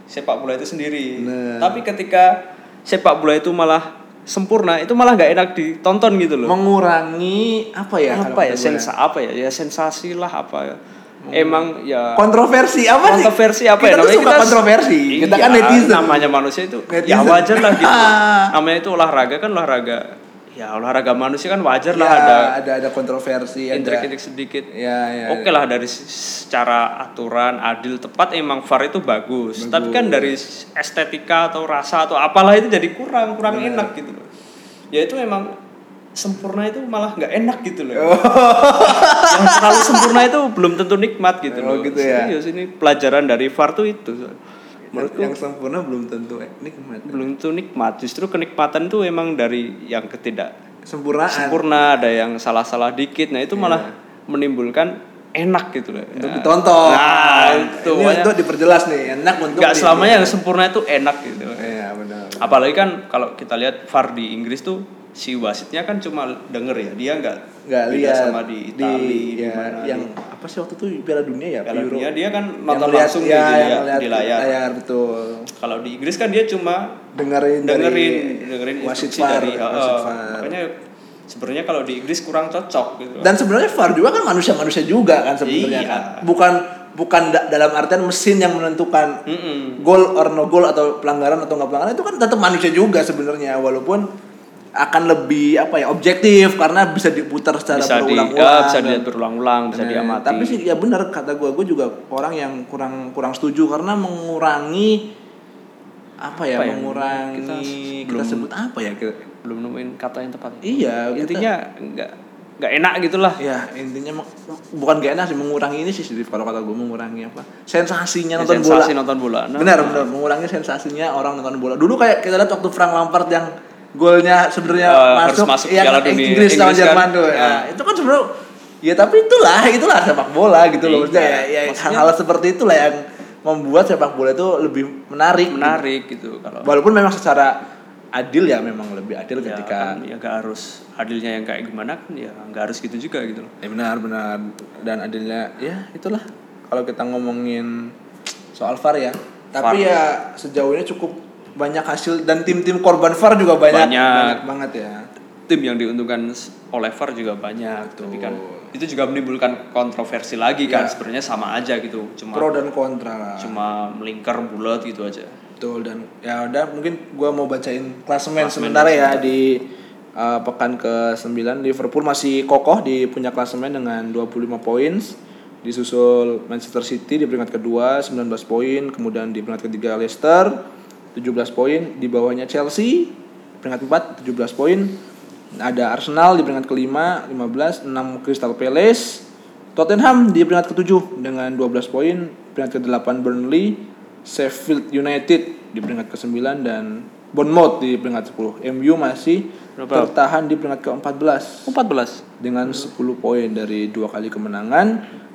sepak bola itu sendiri. Tapi ketika sepak bola itu malah sempurna, itu malah nggak enak ditonton gitu loh. Mengurangi apa ya sensasi lah apa ya. Emang ya kontroversi apa sih? Kontroversi apa ya? Kita tuh suka kontroversi. Kita kan netizen. Namanya manusia itu netizen. Ya wajar lah gitu. Namanya itu olahraga kan olahraga. Ya olahraga manusia kan wajar lah ada kontroversi, intrik-intrik sedikit. Ya. Oke lah dari secara aturan adil tepat emang VAR itu bagus. Tapi kan dari estetika atau rasa atau apalah itu jadi kurang enak gitu loh. Ya itu memang sempurna itu malah nggak enak gitu loh. Yang terlalu sempurna itu belum tentu nikmat gitu loh. Gitu ya. Serius ini pelajaran dari VAR tuh itu. Menurutku yang sempurna belum tentu nikmat. Belum tentu nikmat. Justru kenikmatan itu emang dari yang sempurna, ada yang salah-salah dikit. Nah, itu malah menimbulkan enak gitu loh. Untuk ditonton. Nah, itu ini untuk diperjelas nih, enak untuk nggak selamanya yang sempurna itu enak gitu. Iya, benar. Apalagi kan kalau kita lihat VAR di Inggris tuh si wasitnya kan cuma denger ya, dia nggak lihat sama di Italia yang apa sih waktu itu Piala Dunia ya, Piala Dunia dia kan nonton langsung di layar. Betul. Kalau di Inggris kan dia cuma dengerin wasit VAR dari makanya sebenarnya kalau di Inggris kurang cocok gitu. Dan sebenarnya VAR juga kan manusia juga kan sebenarnya kan. Bukan dalam artian mesin yang menentukan gol or no gol atau pelanggaran atau nggak pelanggaran, itu kan tetap manusia juga sebenarnya, walaupun akan lebih objektif karena bisa diputar secara berulang-ulang, bisa dilihat berulang-ulang, bisa diamati. Tapi sih ya benar kata gue juga orang yang kurang setuju karena mengurangi kita sebut apa ya, belum nemuin kata yang tepat. Iya, intinya nggak enak gitulah. Ya intinya bukan nggak enak sih, mengurangi ini sih kalau kata gue, mengurangi sensasinya nonton bola. Benar mengurangi sensasinya orang nonton bola. Dulu kayak kita lihat waktu Frank Lampard yang golnya sebenarnya masuk yang Inggris lawan Jerman tuh. Ya, itu kan sebenarnya ya, tapi itulah sepak bola gitu loh. Maksudnya hal-hal seperti itulah yang membuat sepak bola itu lebih menarik gitu. Kalau walaupun memang secara adil ya memang lebih adil ketika kan, ya gak harus adilnya yang kayak gimana kan, ya gak harus gitu juga gitu loh. Ya benar dan adilnya ya itulah kalau kita ngomongin soal VAR ya. Tapi ya sejauh ini cukup banyak hasil dan tim-tim korban VAR juga banyak banget ya. Tim yang diuntungkan oleh VAR juga banyak. Tapi kan itu juga menimbulkan kontroversi lagi kan. Sebenarnya sama aja gitu. Cuma pro dan kontra. Cuma melingkar bulat gitu aja. Betul, dan ya udah mungkin gue mau bacain klasemen sementara ya di pekan ke-9. Liverpool masih kokoh di puncak klasemen dengan 25 poin. Disusul Manchester City di peringkat kedua 19 poin, kemudian di peringkat ketiga Leicester 17 poin, di bawahnya Chelsea peringkat 4 17 poin. Ada Arsenal di peringkat kelima 15, 6 Crystal Palace. Tottenham di peringkat ke-7 dengan 12 poin, peringkat ke-8 Burnley, Sheffield United di peringkat ke-9 dan Bournemouth di peringkat 10. MU masih tertahan di peringkat ke-14 dengan 10 poin dari 2 kali kemenangan,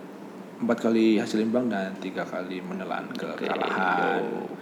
4 kali hasil imbang dan 3 kali menelan kekalahan.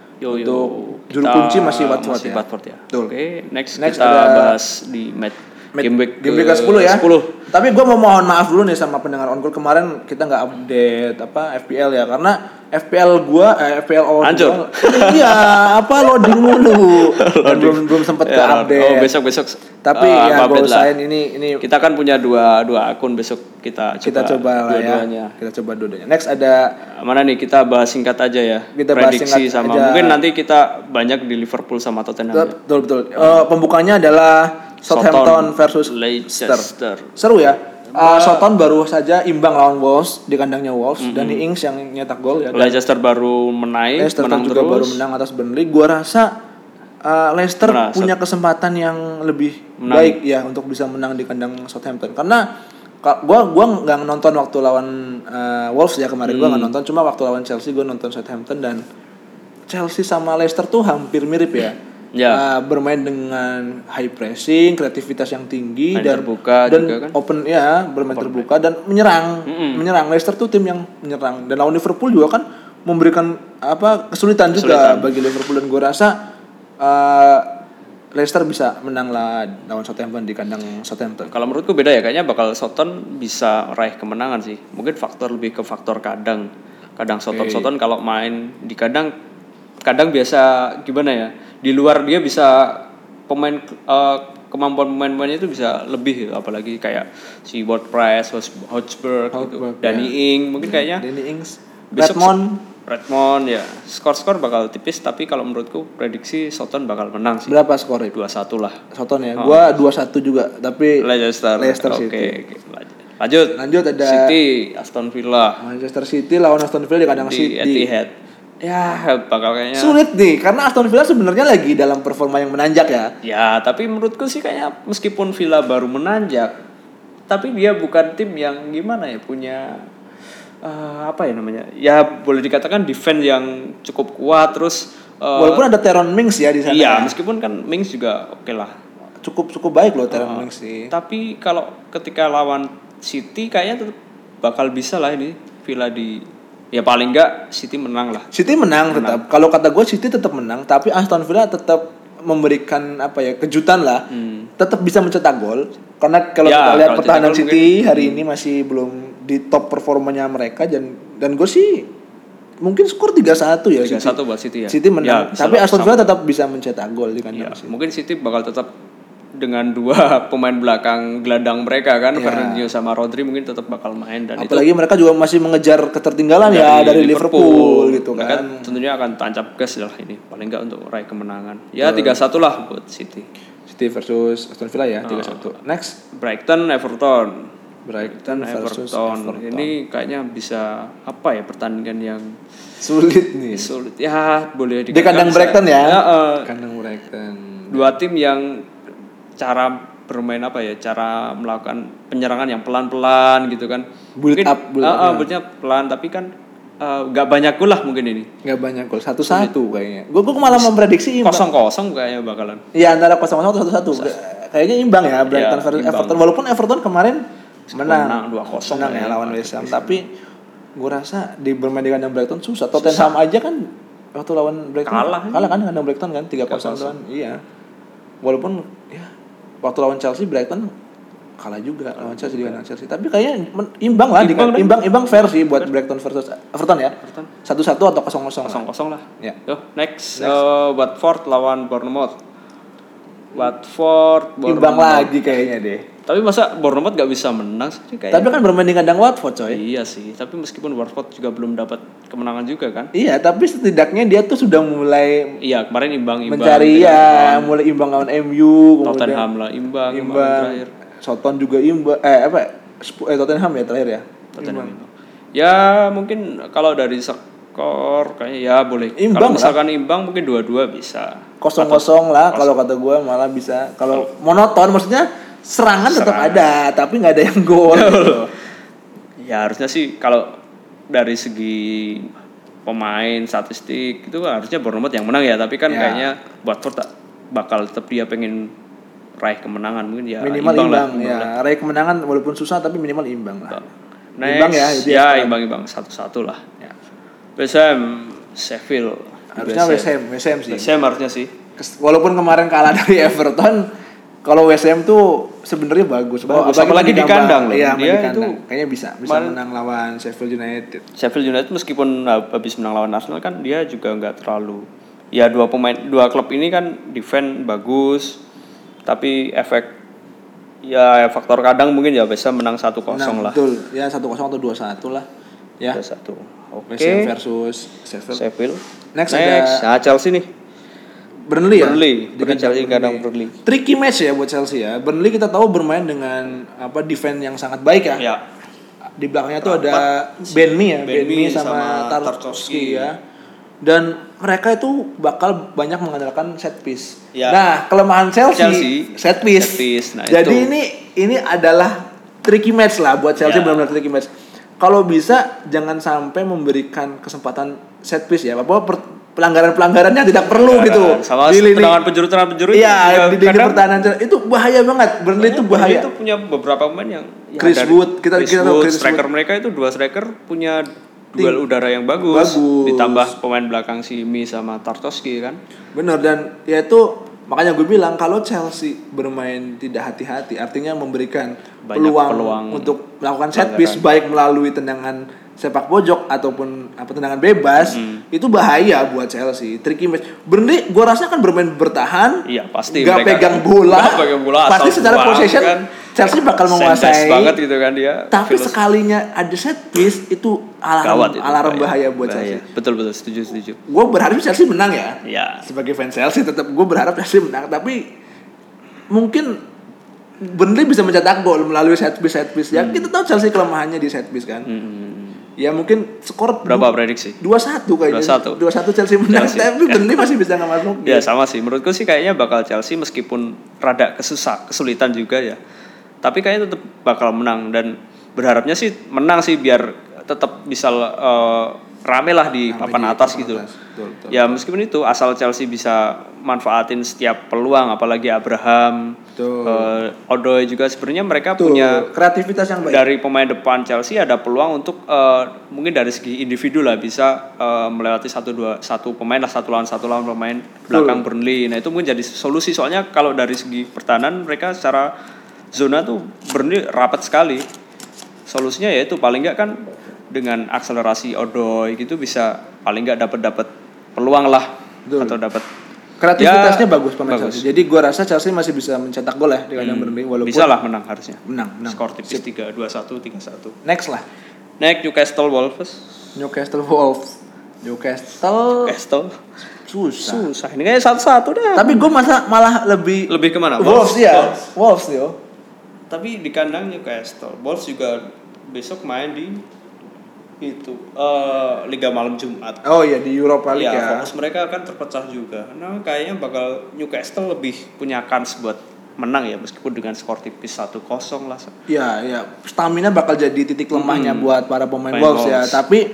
Untuk juru kunci masih Watford ya. Oke, next kita bahas di game week ke-10 ya. Tapi gue mau mohon maaf dulu nih sama pendengar On Goal, kemarin kita nggak update FPL ya karena FPL hancur. Iya, loading mulu. Dan belum sempat ke update. Besok. Tapi ya gue usahain ini kita kan punya dua akun, besok kita coba dua-duanya. Kita coba dua-duanya. Next ada mana nih, kita bahas singkat aja ya. Kita prediksi sama aja. Mungkin nanti kita banyak di Liverpool sama Tottenham. Betul. Pembukanya adalah Southampton versus Leicester. Seru ya. Southampton baru saja imbang lawan Wolves di kandangnya Wolves. Danny Ings yang nyetak gol ya. Leicester baru menang juga baru menang atas Burnley. Gua rasa Leicester punya kesempatan yang lebih baik ya untuk bisa menang di kandang Southampton. Karena gua nggak nonton waktu lawan Wolves ya kemarin. Gua nggak nonton, cuma waktu lawan Chelsea gua nonton Southampton, dan Chelsea sama Leicester tuh hampir mirip ya. Bermain dengan high pressing, kreativitas yang tinggi dan terbuka dan juga kan? Open ya, bermain terbuka dan menyerang. Leicester tuh tim yang menyerang, dan lawan Liverpool juga kan memberikan kesulitan juga bagi Liverpool, dan gue rasa Leicester bisa menang lah lawan Southampton di kandang Southampton. Kalau menurutku beda ya, kayaknya bakal Southampton bisa raih kemenangan sih. Mungkin lebih ke faktor kandang Southampton kalau main di kandang kadang biasa gimana ya, di luar dia bisa kemampuan pemain-pemainnya itu bisa lebih gitu. Apalagi kayak si WordPress, Hotspur gitu. Danny Ings mungkin kayaknya Danny Ings, Redmond ya. Skor-skor bakal tipis, tapi kalau menurutku prediksi Southampton bakal menang sih. Berapa skornya? 2-1 lah. Southampton ya. Gua 2-1 juga, tapi Leicester City. Oke. Lanjut ada City, Aston Villa. Manchester City lawan Aston Villa di kandang City. Etihad. Ya, bakal kayaknya sulit nih karena Aston Villa sebenarnya lagi dalam performa yang menanjak ya. Ya, tapi menurutku sih kayaknya meskipun Villa baru menanjak, tapi dia bukan tim yang gimana ya, punya apa ya namanya? Ya boleh dikatakan defense yang cukup kuat, terus walaupun ada Tyrone Mings ya di sana. Iya, meskipun kan Mings juga oke lah. Cukup baik loh Tyrone Mings sih. Tapi kalau ketika lawan City kayaknya tetap bakal bisa lah ini Villa ya paling enggak City menang lah. City menang. Tetap. Kalau kata gue City tetap menang, tapi Aston Villa tetap memberikan kejutan lah. Tetap bisa mencetak gol karena kalau kita lihat pertahanan City hari ini masih belum di top performanya mereka dan gue sih mungkin skor 3-1 ya. 3-1 buat City ya. City menang, tapi Aston Villa tetap bisa mencetak gol di kandang City. Mungkin City bakal tetap dengan dua pemain belakang gelandang mereka kan, Fernandinho sama Rodri mungkin tetap bakal main, dan apalagi mereka juga masih mengejar ketertinggalan dari Liverpool gitu kan. Mereka tentunya akan tancap gas lah ini paling enggak untuk meraih kemenangan. Ya 3-1 lah buat City. City versus Aston Villa ya 3-1. Next Brighton Everton. Everton. Ini kayaknya bisa pertandingan yang sulit nih. Sulit ya, boleh dikatakan. Di kandang Brighton ya. Kandang Brighton. Dua tim yang cara bermain cara melakukan penyerangan yang pelan-pelan gitu kan. Build up. Build-nya pelan, tapi kan nggak banyak gol lah mungkin ini. Nggak banyak gol, 1-1 kayaknya. Gue malah memprediksi imbang. 0-0 kayaknya bakalan. Iya, antara 0-0 atau 1-1. Kayaknya imbang ya Brighton versus Everton. Walaupun Everton kemarin menang 2-0 ya lawan West Ham, tapi gue rasa bermain di kandang Brighton susah. Tottenham aja kan waktu lawan Brighton kalah kan kandang Brighton kan 3-0 kan. Iya. Walaupun waktu lawan Chelsea Brighton kalah juga lawan Chelsea di kandang Chelsea, tapi kayaknya imbang lah, imbang fair sih buat Brighton versus Everton ya. 1-1 atau 0-0 lah. Ya. Next. Watford lawan Bournemouth. Watford imbang lagi kayaknya deh. Tapi masa Bournemouth gak bisa menang sih kayaknya. Tapi kan bermain di kandang Watford coy. Iya sih, tapi meskipun Watford juga belum dapat kemenangan juga kan. Iya, tapi setidaknya dia tuh sudah mulai kemarin imbang mencari mulai imbang lawan MU, Tottenham lah imbang terakhir. Southampton juga imbang. Tottenham ya terakhir ya. Tottenham imbang. Ya mungkin kalau dari skor kayaknya ya boleh. Imbang, kalau misalkan imbang mungkin 2-2 bisa. 0-0 lah kalau kata gue, malah bisa. Kalau monoton maksudnya serangan tetap ada, tapi nggak ada yang gol. Ya harusnya sih kalau dari segi pemain statistik itu harusnya Bournemouth yang menang ya, tapi kan kayaknya Watford bakal tetap dia pengen raih kemenangan, mungkin ya minimal imbang ya. Raih kemenangan walaupun susah tapi minimal imbang lah. Next, imbang 1-1 lah. Ya. West Ham Sheffield. Harusnya West Ham sih. West Ham harusnya sih. Walaupun kemarin kalah dari Everton, kalau West Ham tuh sebenarnya bagus. Apalagi di kandang loh. Iya, dia itu kayaknya bisa menang lawan Sheffield United. Sheffield United meskipun habis menang lawan Arsenal kan dia juga nggak terlalu. Ya dua klub ini kan defense bagus, tapi faktor kadang mungkin ya bisa menang 1-0 lah. Betul. Ya 1-0 atau 2-1 lah. Ya. 2-1. Oke. West Ham versus Sheffield. Next ada Chelsea nih. Burnley ya. Chelsea kadang Burnley. Tricky match ya buat Chelsea ya. Burnley kita tahu bermain dengan defense yang sangat baik ya. Ya. Di belakangnya tuh ada Ben Mee sama Tarkowski ya. Dan mereka itu bakal banyak mengandalkan set piece. Ya. Nah, kelemahan Chelsea set piece. Nah, jadi ini adalah tricky match lah buat Chelsea, benar-benar tricky match. Kalau bisa jangan sampai memberikan kesempatan set piece ya. Pelanggaran-pelanggarannya tidak perlu gitu. Sama tendangan penjuru. Iya, di pertahanan itu bahaya banget. Burnley itu bahaya. Itu punya beberapa pemain yang Chris Wood, kita tahu striker mereka itu dua striker punya duel udara yang bagus. Ditambah pemain belakang si Mee sama Tarkowski kan. Benar, dan ya itu makanya gue bilang kalau Chelsea bermain tidak hati-hati artinya memberikan peluang untuk melakukan set piece baik melalui tendangan sepak pojok ataupun tendangan bebas itu bahaya buat Chelsea. Tricky match. Burnley gue rasa kan bermain bertahan, iya pasti gak pegang bola, pasti secara possession kan, Chelsea bakal menguasai banget gitu kan dia. Tapi sekalinya ada set piece itu alarm bahaya buat Chelsea. Betul setuju. Gue berharap Chelsea menang ya. Iya. Sebagai fans Chelsea tetap gue berharap Chelsea menang, tapi mungkin Burnley bisa mencetak gol melalui set piece. Ya kita tahu Chelsea kelemahannya di set piece kan. Ya mungkin skor berapa prediksi? 2-1 kayaknya. 2-1 Chelsea menang, tapi Burnley masih bisa nggak masuk. Ya sama sih, menurutku sih kayaknya bakal Chelsea meskipun rada kesulitan juga ya. Tapi kayaknya tetap bakal menang dan berharapnya sih menang sih biar tetap bisa rame lah di papan atas gitu. Betul. Ya meskipun itu asal Chelsea bisa manfaatin setiap peluang, apalagi Abraham, Odoi juga sebenarnya mereka punya kreativitas yang baik. Dari pemain depan Chelsea ada peluang untuk mungkin dari segi individu lah bisa melewati satu pemain lah satu lawan pemain belakang Burnley. Nah itu mungkin jadi solusi soalnya kalau dari segi pertahanan mereka secara zona tuh Burnley rapat sekali. Solusinya yaitu paling enggak kan dengan akselerasi Odoi gitu bisa paling enggak dapat peluang lah. Atau dapat kreativitasnya bagus pemain Chelsea. Jadi gua rasa Chelsea masih bisa mencetak gol ya di kandang Burnley walaupun bisa lah menang harusnya. Menang. Skor tipis 3-1, 3-1. Next Newcastle Wolves. Susah. Ini kayak 1-1 dah. Tapi gua malah lebih kemana? Wolves ya. Wolves yo. Tapi di kandang Newcastle, Wolves juga besok main di Liga Malam Jumat. Oh iya di Europa League ya. Fokus mereka akan terpecah juga. Nah kayaknya bakal Newcastle lebih punya kans buat menang ya meskipun dengan skor tipis 1-0 lah. Iya. Stamina bakal jadi titik lemahnya buat para pemain Wolves ya.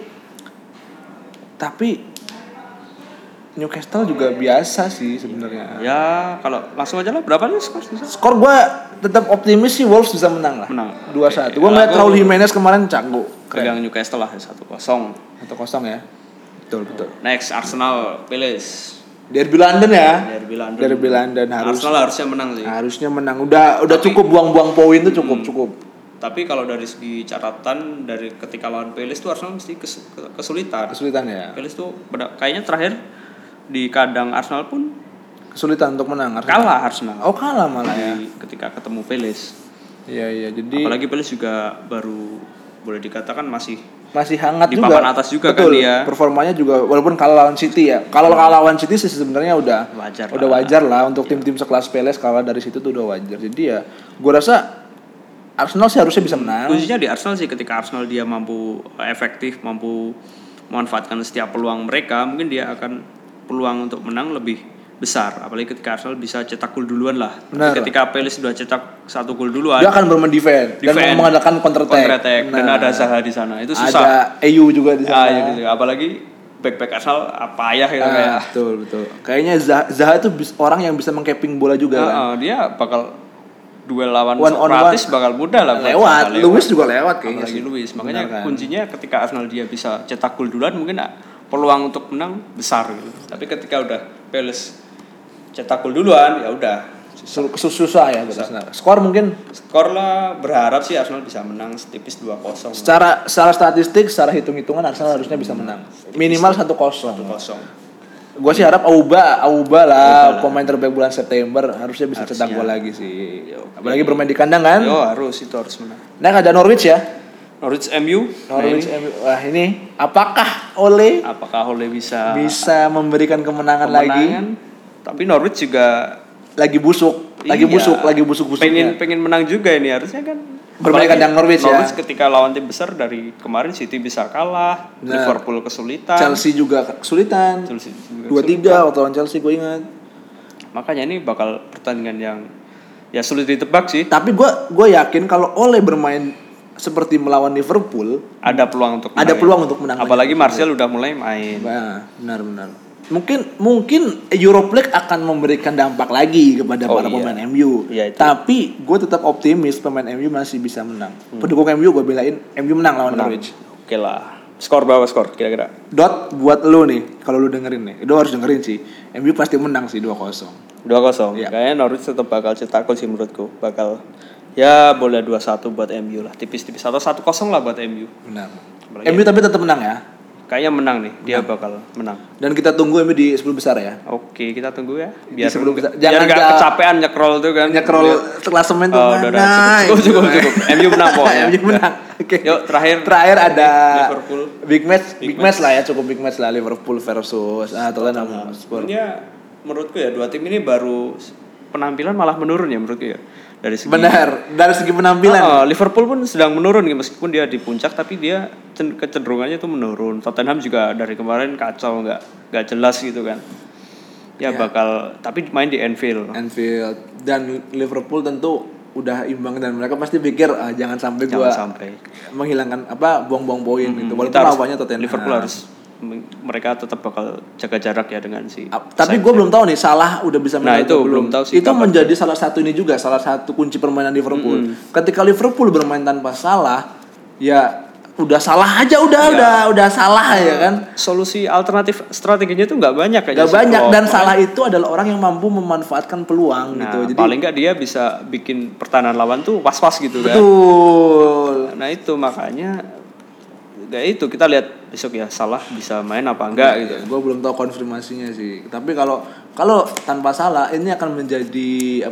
Tapi Newcastle juga biasa sih sebenarnya. Ya, kalau langsung aja lah berapa nih skor? Skor gue tetap optimis sih Wolves bisa menang lah. 2-1. Gue ngeliat Raul Jimenez kemarin jago. Pegang Newcastle lah 1-0. 1-0 ya. Betul. Next Arsenal Palace. Derby London ya. Derby London Arsenal harusnya menang sih. Harusnya menang. Udah cukup buang-buang poin tuh cukup. Tapi kalau dari segi catatan dari ketika lawan Palace tuh Arsenal mesti kesulitan. Kesulitan ya. Palace tuh kayaknya terakhir di kandang Arsenal pun kesulitan untuk menang. Kalah Arsenal. Oh kalah malah ya. Ketika ketemu Palace. Iya jadi. Apalagi Palace juga baru boleh dikatakan masih hangat di juga. Papan atas juga. Betul, kan dia. Performanya juga walaupun kalah lawan City ya. Kalau kalah lawan City sih sebenarnya udah wajar lah untuk tim-tim sekelas Palace kalah dari situ tuh udah wajar. Jadi ya gue rasa Arsenal sih harusnya bisa menang. Kuncinya di Arsenal sih ketika Arsenal dia mampu efektif, mampu memanfaatkan setiap peluang mereka, mungkin dia akan peluang untuk menang lebih besar. Apalagi ketika Arsenal bisa cetak gol duluan lah. Tapi ketika Palace sudah cetak 1 gol duluan, dia akan bermain defense dan mengandalkan counter attack. Dan ada Zaha di sana. Itu susah. Ada EU juga di sana. Gitu. Apalagi back Arsenal payah gitu kayak. Betul. Kayaknya Zaha itu orang yang bisa mengcapping bola juga kan. Dia bakal duel lawan Sokratis bakal mudah lah. Lewat. Luis juga lewat kayaknya. Apalagi Luis. Makanya kuncinya ketika Arsenal dia bisa cetak gol duluan mungkin peluang untuk menang besar gitu. Tapi ketika udah Palace cetak gol duluan ya udah susah ya benar. Skor lah berharap sih Arsenal bisa menang tipis 2-0. Secara statistik, secara hitung-hitungan Arsenal harusnya bisa menang. Minimal 1-0. Gue sih harap Auba lah pemain terbaik bulan September harusnya bisa cetak gol lagi sih. Apalagi bermain di kandang kan? Itu harus menang. Nah ada Norwich ya. Norwich MU. Wah ini apakah Ole bisa memberikan kemenangan lagi? Tapi Norwich juga lagi busuk. Pengen menang juga ini harusnya kan. Bermain kandang Norwich ya. Norwich ketika lawan tim besar dari kemarin City bisa kalah, Liverpool kesulitan. Chelsea juga kesulitan. 2-3 waktu lawan Chelsea gue ingat. Makanya ini bakal pertandingan yang ya sulit ditebak sih. Tapi gue yakin kalau Ole bermain seperti melawan Liverpool ada peluang untuk menang. Apalagi Martial udah mulai main. Nah, benar. Mungkin Europa League akan memberikan dampak lagi kepada para pemain MU. Tapi gue tetap optimis pemain MU masih bisa menang. Pendukung MU gue belain MU menang lawan Norwich. Oke lah. Skor berapa kira-kira? Dot buat lu nih, kalau lu dengerin nih. Lu harus dengerin sih. MU pasti menang sih 2-0. 2-0. Ya. Kayaknya Norwich tetap bakal cetak gol sih menurutku. Bakal ya boleh 2-1 buat MU lah. Tipis-tipis atau 1-0 lah buat MU. Benar. MU tapi tetap menang ya. Kayaknya menang nih, dia bakal menang. Dan kita tunggu MU di 10 besar ya. Oke, kita tunggu ya. Biar jangan nggak kecapean nyekrol tuh kan. Nyekrol klasemen tuh. Cukup. MU menang pokoknya. MU menang. Oke. Yuk, terakhir ada Liverpool. Big match lah ya, cukup big match lah Liverpool versus Tottenham Hotspur. Sebenarnya menurutku ya dua tim ini baru penampilan malah menurun ya menurutku ya. Dari segi penampilan. Liverpool pun sedang menurun meskipun dia di puncak tapi dia kecenderungannya itu menurun. Tottenham juga dari kemarin kacau, nggak jelas gitu kan. Ya bakal tapi main di Anfield dan Liverpool tentu udah imbang dan mereka pasti pikir jangan sampai menghilangkan buang-buang poin gitu. Walaupun lawannya Tottenham. Liverpool harus mereka tetap bakal jaga jarak ya dengan si. Tapi gue belum tahu nih Salah udah bisa main. Nah itu belum tahu sih. Itu menjadi salah satu kunci permainan Liverpool. Ketika Liverpool bermain tanpa Salah, ya udah salah aja udah salah ya kan. Solusi alternatif strateginya itu nggak banyak kayaknya. Nggak banyak dan Salah itu adalah orang yang mampu memanfaatkan peluang gitu. Jadi paling nggak dia bisa bikin pertahanan lawan tuh was-was gitu kan. Betul. Nah itu makanya. Kayak itu kita lihat besok ya Salah bisa main apa enggak gitu. Gue belum tahu konfirmasinya sih. Tapi kalau tanpa Salah ini akan menjadi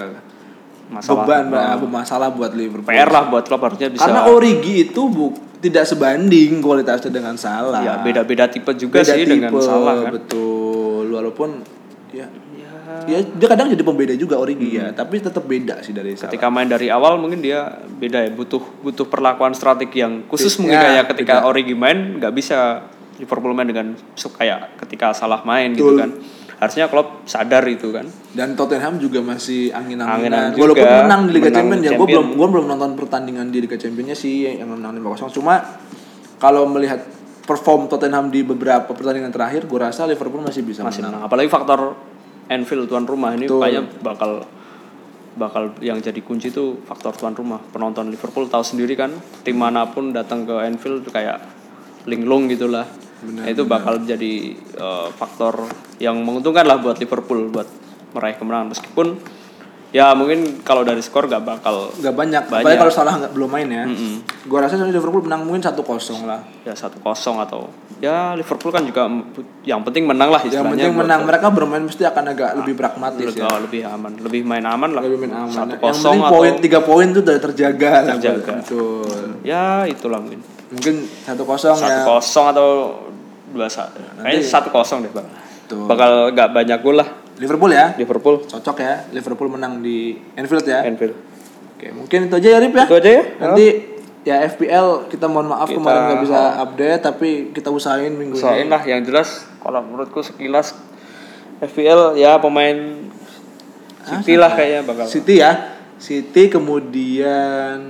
masalah buat Liverpool. PR lah buat klub harusnya bisa. Karena Origi itu tidak sebanding kualitasnya dengan Salah. Ya beda-beda tipe juga dengan Salah kan. Betul. Walaupun ya dia kadang jadi pembeda juga Origi ya, tapi tetap beda sih dari Salah. Ketika main dari awal mungkin dia beda ya, butuh perlakuan strategi yang khusus mungkin kayak ketika Origi main nggak bisa Liverpool main dengan kayak ketika Salah main. Betul. Gitu kan. Harusnya Klopp sadar itu kan. Dan Tottenham juga masih angin-anginan. Walaupun menang di Liga Champions ya, gue belum nonton pertandingan di Liga Championsnya sih yang menang 5-0. Cuma kalau melihat perform Tottenham di beberapa pertandingan terakhir, gue rasa Liverpool masih bisa menang. Apalagi faktor Anfield tuan rumah ini kayaknya bakal yang jadi kunci itu faktor tuan rumah. Penonton Liverpool tahu sendiri kan, tim manapun datang ke Anfield kayak linglung gitulah. Itu bakal jadi faktor yang menguntungkan lah buat Liverpool buat meraih kemenangan meskipun ya mungkin kalau dari skor nggak banyak. Apalagi kalau Salah belum main ya. Gua rasa Liverpool menang mungkin 1-0 lah. Ya 1-0 atau ya Liverpool kan juga yang penting menang lah istilahnya. Yang penting menang. Mereka bermain mesti akan agak lebih pragmatis ya. Lebih aman, lebih main aman lah. 1-0 yang penting poin 3 poin itu udah terjaga. Betul. Ya itulah mungkin 1-0 ya. 1-0 atau 2-1. Kayaknya 1-0 deh, Bang. Bakal enggak banyak gol lah. Liverpool ya? Liverpool. Cocok ya. Liverpool menang di Anfield ya? Anfield. Oke, mungkin itu aja ya Rip ya? Itu aja ya? Nanti ya FPL kita mohon maaf kemarin gak bisa update tapi kita usahain minggu ini. Usahain lah yang jelas kalau menurutku sekilas FPL ya pemain City lah kayaknya bakal. City ya? City kemudian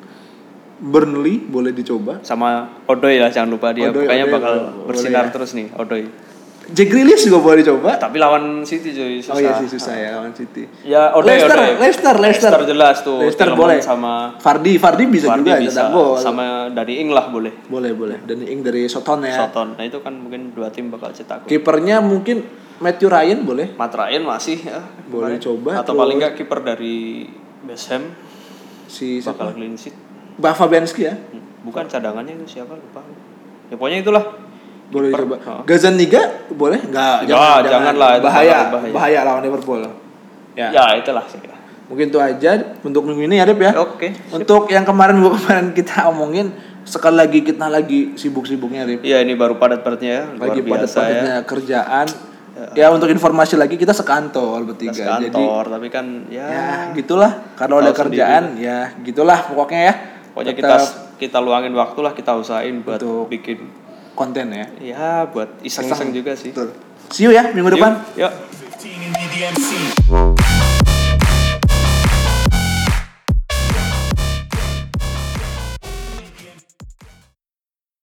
Burnley boleh dicoba. Sama Odoi lah jangan lupa dia. Pokoknya bakal bersinar terus nih Odoi. Jack Grealish juga boleh dicoba. Tapi lawan City jadi susah. Oh iya sih susah ya lawan City. Ya Leicester jelas tuh. Leicester boleh. Sama Vardy bisa juga cetak gol. Sama dari Ing lah boleh. Boleh. Dan Ing dari Soton ya. Soton. Nah itu kan mungkin dua tim bakal cetak gol. Kipernya mungkin Matthew Ryan boleh. Matt Ryan masih ya. Boleh coba. Atau paling enggak kiper dari West Ham bakal clean sheet. Fabianski ya? Bukan cadangannya itu siapa lupa. Ya pokoknya itulah. Boleh coba. Gazaniga boleh? Enggak, janganlah. Bahaya lawan Liverpool. Ya itulah sih. Mungkin itu aja untuk minggu ini ya, Rip ya. Oke. Untuk yang kemarin kita omongin sekali lagi kita lagi sibuk-sibuknya, Rip. Iya, ini baru padat-padatnya ya. Lagi padat-padatnya kerjaan. Ya untuk informasi lagi kita sekantor bertiga. Jadi tapi kan ya gitulah. Kalau ada kerjaan ya gitulah pokoknya ya. Pokoknya kita luangin waktu lah, kita usahain buat bikin konten ya. Ya buat iseng-iseng juga sih. Betul. See you ya minggu depan. Yuk.